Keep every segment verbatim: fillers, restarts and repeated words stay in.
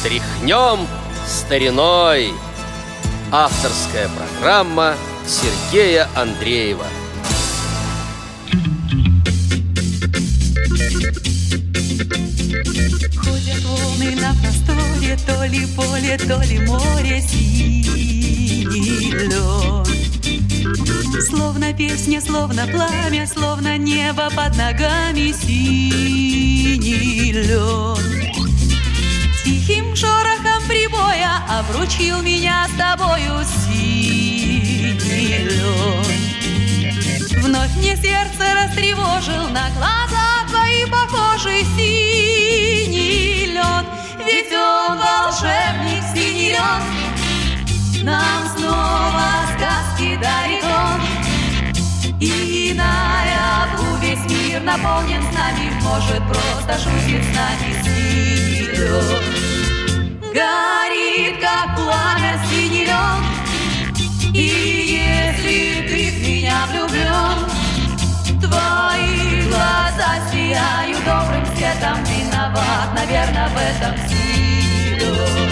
Тряхнем стариной. Авторская программа Сергея Андреева. Ходят волны на просторе, то ли поле, то ли море, синий лед. Словно песня, словно пламя, словно небо под ногами, синий лед. Тихим шорохом прибоя обручил меня с тобою синий лед. Вновь мне сердце растревожил, на глаза твои похожий синий лед. Ведь он волшебник, синий лед, нам снова сказки дарит он. И наяву весь мир наполнен с нами, может, просто шутит с нами синий лед. Горит, как пламя, синий лед, и если ты в меня влюблен, твои глаза сияют добрым светом, виноват, наверное, в этом синий лед.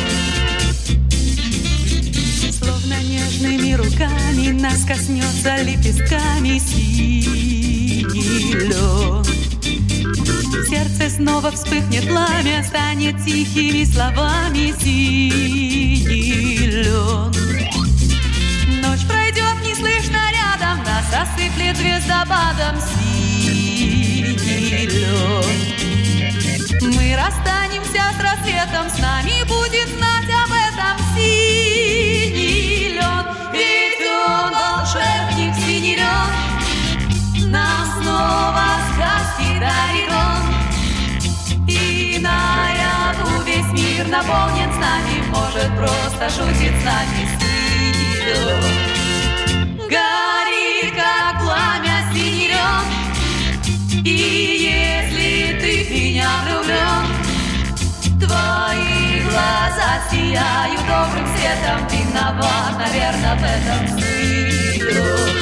Словно нежными руками нас коснется лепестками синий лед. В сердце снова вспыхнет пламя, станет тихими словами синий лед. Ночь пройдет неслышно рядом, нас осыплет звездопадом синий лед. Мы расстанемся с рассветом, с нами будет знать об этом синий лед. Ведь он волшебник, синий лед, нам снова сказки дарит он. И наяву весь мир наполнен с нами, может, просто шутит с нами синий лед. Горит, как пламя, синий лед, и если ты в меня влюблен, твои глаза сияют добрым светом, виноват, наверное, в этом синий лед.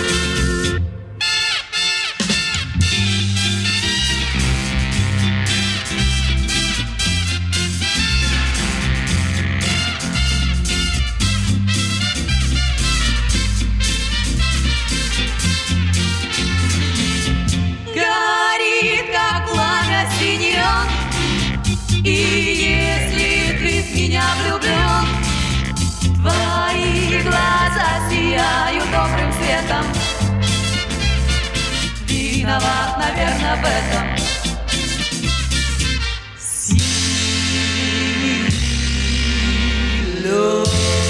И если ты в меня влюблен, твои глаза сияют добрым светом, виноват, наверное, в этом синий лед.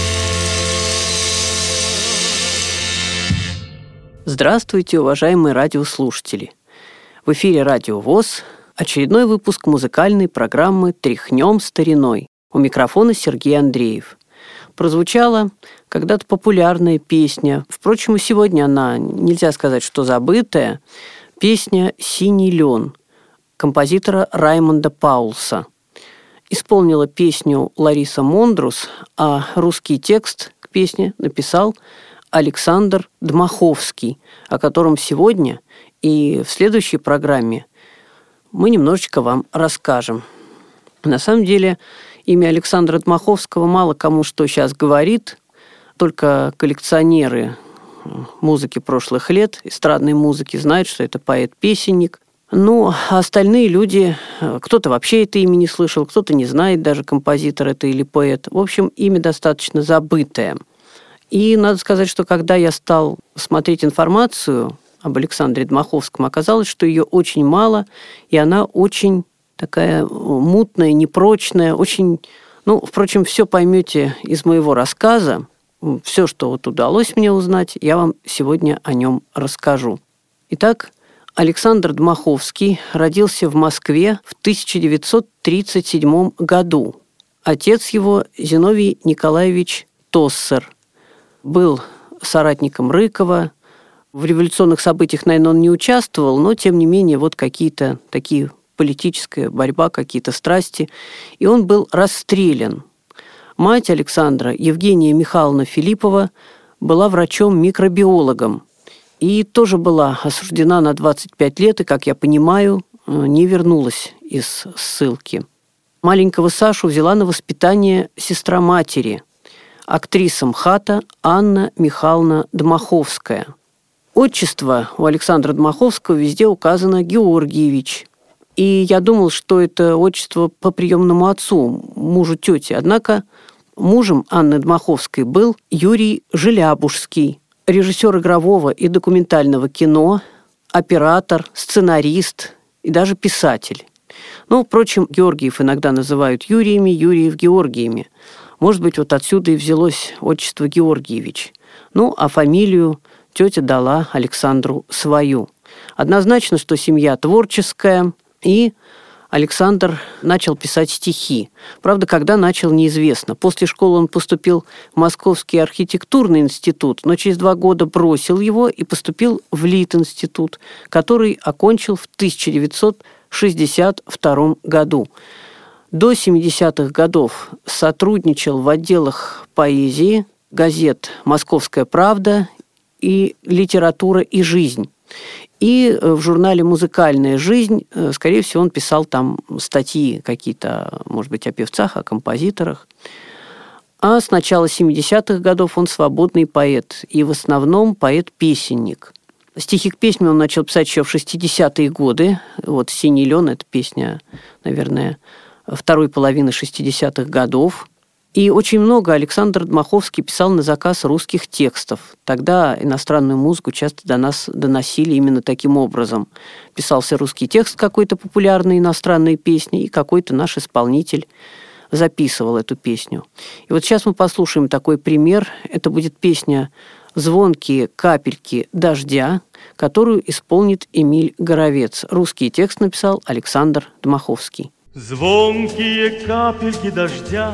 Здравствуйте, уважаемые радиослушатели! В эфире Радио ВОС. Очередной выпуск музыкальной программы «Тряхнем стариной». У микрофона Сергей Андреев. Прозвучала когда-то популярная песня, впрочем, и сегодня она, нельзя сказать, что забытая, песня «Синий лен» композитора Раймонда Паулса. Исполнила песню Лариса Мондрус, а русский текст к песне написал Александр Дмаховский, о котором сегодня и в следующей программе мы немножечко вам расскажем. На самом деле, имя Александра Дмаховского мало кому что сейчас говорит, только коллекционеры музыки прошлых лет, эстрадной музыки, знают, что это поэт-песенник. Ну, а остальные люди, кто-то вообще это имя не слышал, кто-то не знает даже, композитор это или поэт. В общем, имя достаточно забытое. И надо сказать, что когда я стал смотреть информацию об Александре Дмаховском, оказалось, что ее очень мало, и она очень такая мутная, непрочная, очень... Ну, впрочем, все поймете из моего рассказа. Все, что вот удалось мне узнать, я вам сегодня о нем расскажу. Итак, Александр Дмаховский родился в Москве в тысяча девятьсот тридцать седьмом году. Отец его Зиновий Николаевич Тоссер был соратником Рыкова. В революционных событиях, наверное, он не участвовал, но, тем не менее, вот какие-то такие политическая борьба, какие-то страсти. И он был расстрелян. Мать Александра, Евгения Михайловна Филиппова, была врачом-микробиологом. И тоже была осуждена на двадцать пять лет, и, как я понимаю, не вернулась из ссылки. Маленького Сашу взяла на воспитание сестра матери, актриса МХАТа Анна Михайловна Дмаховская. Отчество у Александра Дмаховского везде указано Георгиевич. И я думал, что это отчество по приемному отцу, мужу тети. Однако мужем Анны Дмаховской был Юрий Желябужский, режиссер игрового и документального кино, оператор, сценарист и даже писатель. Ну, впрочем, Георгиев иногда называют Юриями, Юрьев Георгиями. Может быть, вот отсюда и взялось отчество Георгиевич. Ну, а фамилию тетя дала Александру свою. Однозначно, что семья творческая, и Александр начал писать стихи. Правда, когда начал, неизвестно. После школы он поступил в Московский архитектурный институт, но через два года бросил его и поступил в Литинститут, который окончил в тысяча девятьсот шестьдесят втором году. До семидесятых годов сотрудничал в отделах поэзии, газет «Московская правда» и «Литература и жизнь». И в журнале «Музыкальная жизнь», скорее всего, он писал там статьи какие-то, может быть, о певцах, о композиторах. А с начала семидесятых годов он свободный поэт, и в основном поэт-песенник. Стихи к песне он начал писать еще в шестидесятые годы. Вот «Синий лен» — это песня, наверное, второй половины шестидесятых годов. И очень много Александр Дмаховский писал на заказ русских текстов. Тогда иностранную музыку часто до нас доносили именно таким образом. Писался русский текст какой-то популярной иностранной песни, и какой-то наш исполнитель записывал эту песню. И вот сейчас мы послушаем такой пример. Это будет песня «Звонкие капельки дождя», которую исполнит Эмиль Горовец. Русский текст написал Александр Дмаховский. Звонкие капельки дождя,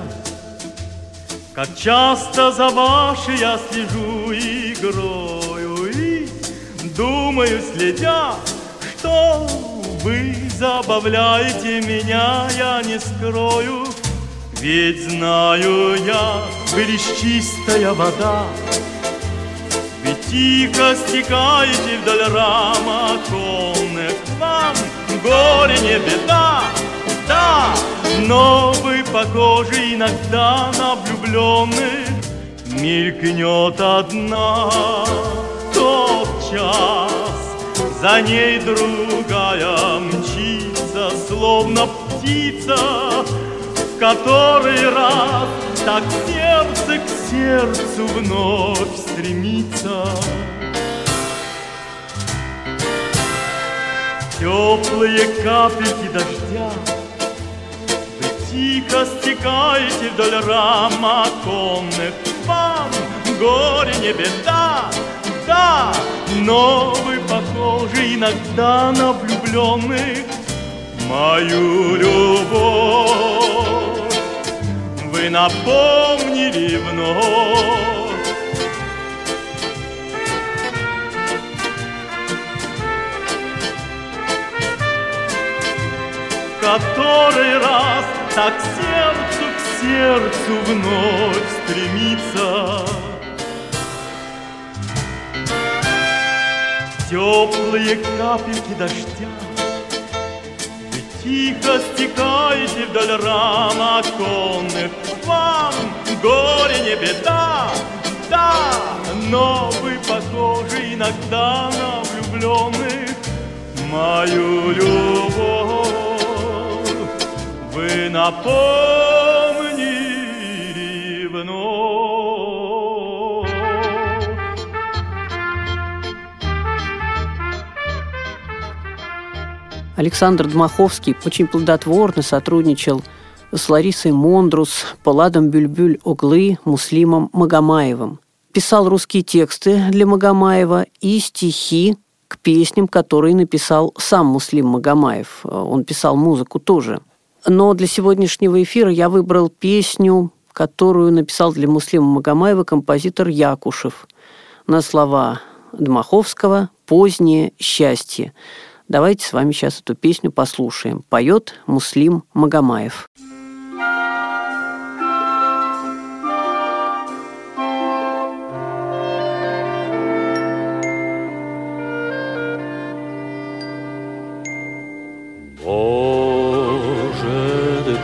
как часто за вашей я слежу игрою и думаю, следя, что вы забавляете меня, я не скрою. Ведь знаю я, вы лишь чистая вода, ведь тихо стекаете вдоль рам оконных, вам горе не беда. Да, но вы похожи иногда на влюбленных. Мелькнет одна тот час, за ней другая мчится, словно птица, в который раз так сердце к сердцу вновь стремится. Теплые капельки дождя, тихо стекаете вдоль рам оконных, вам горе не беда, да, но вы похожи иногда на влюбленных. Мою любовь вы напомнили вновь. Который раз так сердцу к сердцу вновь стремится. Теплые капельки дождя, вы тихо стекаете вдоль рам оконных, вам горе не беда, да, но вы похожи иногда на влюбленных. Мою любовь вы напомнили вновь. Александр Дмаховский очень плодотворно сотрудничал с Ларисой Мондрус, Поладом Бюльбюль-Оглы, Муслимом Магомаевым. Писал русские тексты для Магомаева и стихи к песням, которые написал сам Муслим Магомаев. Он писал музыку тоже. Но для сегодняшнего эфира я выбрал песню, которую написал для Муслима Магомаева композитор Якушев на слова Дмаховского «Позднее счастье». Давайте с вами сейчас эту песню послушаем. Поет Муслим Магомаев.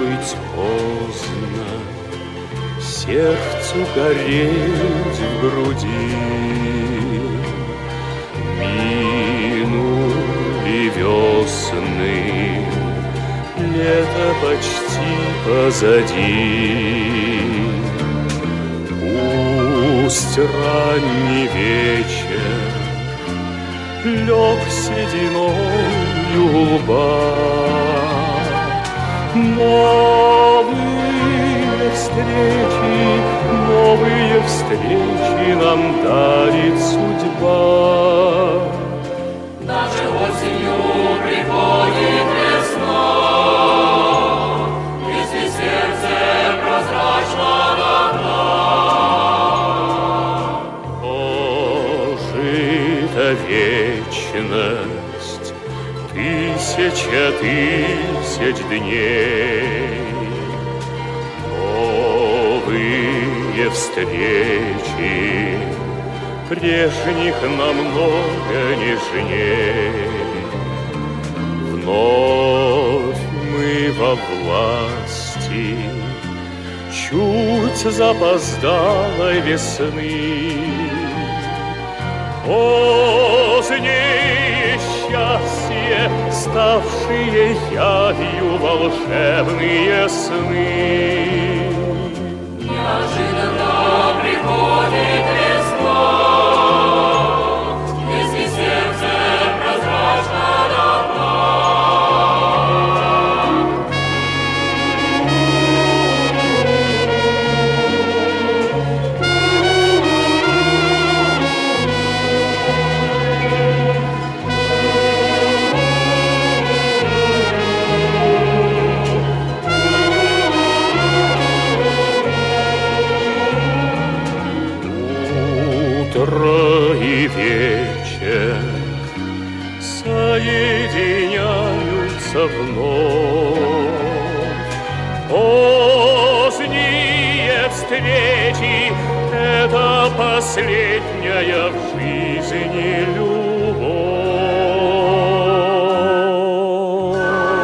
быть поздно, сердцу гореть в груди. Минули весны, лето почти позади. Пусть ранний вечер лег сединою лба, новые встречи, новые встречи нам дарит судьба. Даже осенью приходит весна, если сердце прозрачно до дна. Прожита вечность, тысяча тысяч дней, новые встречи, прежних намного нежней. Вновь мы во власти чуть запоздалой весны. Позднее счастье, ставшие явью волшебные сны. Неожиданно приходит весна, если сердце прозрачно до дна. Утро и вечер соединяются вновь. Поздние встречи — это последняя в жизни любовь.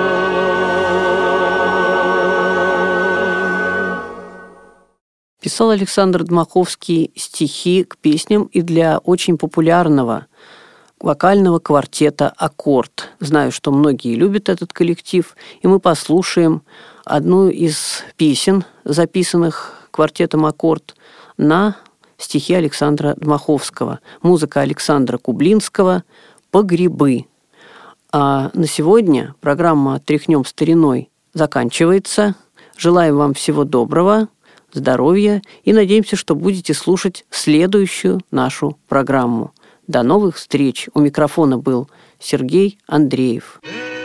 Писал Александр Дмаховский стихи к песням и для очень популярного вокального квартета «Аккорд». Знаю, что многие любят этот коллектив, и мы послушаем одну из песен, записанных квартетом «Аккорд», на стихи Александра Дмаховского. Музыка Александра Кублинского «Погребы». А на сегодня программа «Тряхнем стариной» заканчивается. Желаем вам всего доброго, здоровья и надеемся, что будете слушать следующую нашу программу. До новых встреч. У микрофона был Сергей Андреев.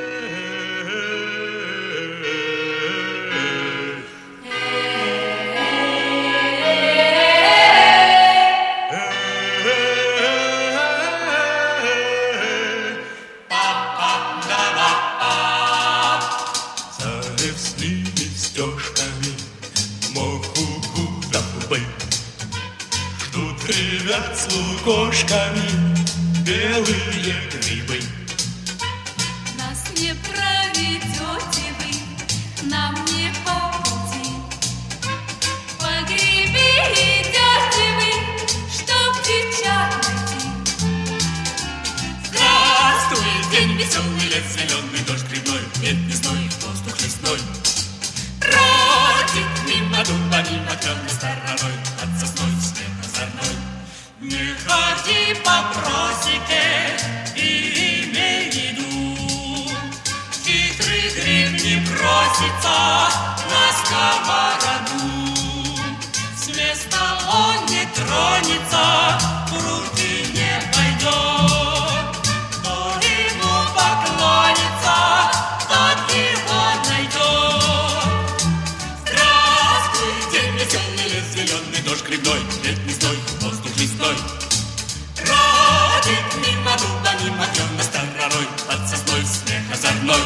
Ребят с лукошками, белые грибы. Нас не проведете вы, нам не по пути. Погреби идете вы, чтоб девчат найти. Здравствуй, день веселый, лет зеленый, дождь грибной, лет весной, воздух лесной. Бродит мимо дуба, мимо темной стороной, от сосной свет озорной. Не ходи по просеке и имей в виду, хитрый гриб не просится на сковороду. С места он не тронется, в руки не пойдет. Кто ему поклонится, тот его найдет. Здравствуй, день веселый, лес зеленый, дождь грибной, лет весной, воздух лесной. Бродит мимо дуба, мимо темной стороной, под сосной смех озорной.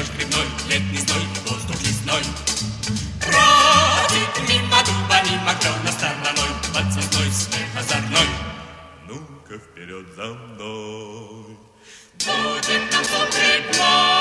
дождь грибной, летний зной, воздух лесной. Бродит мимо дуба, мимо клена стороной, под сосной смех озорной. Ну-ка вперед за мной. Будет нам сон грибной.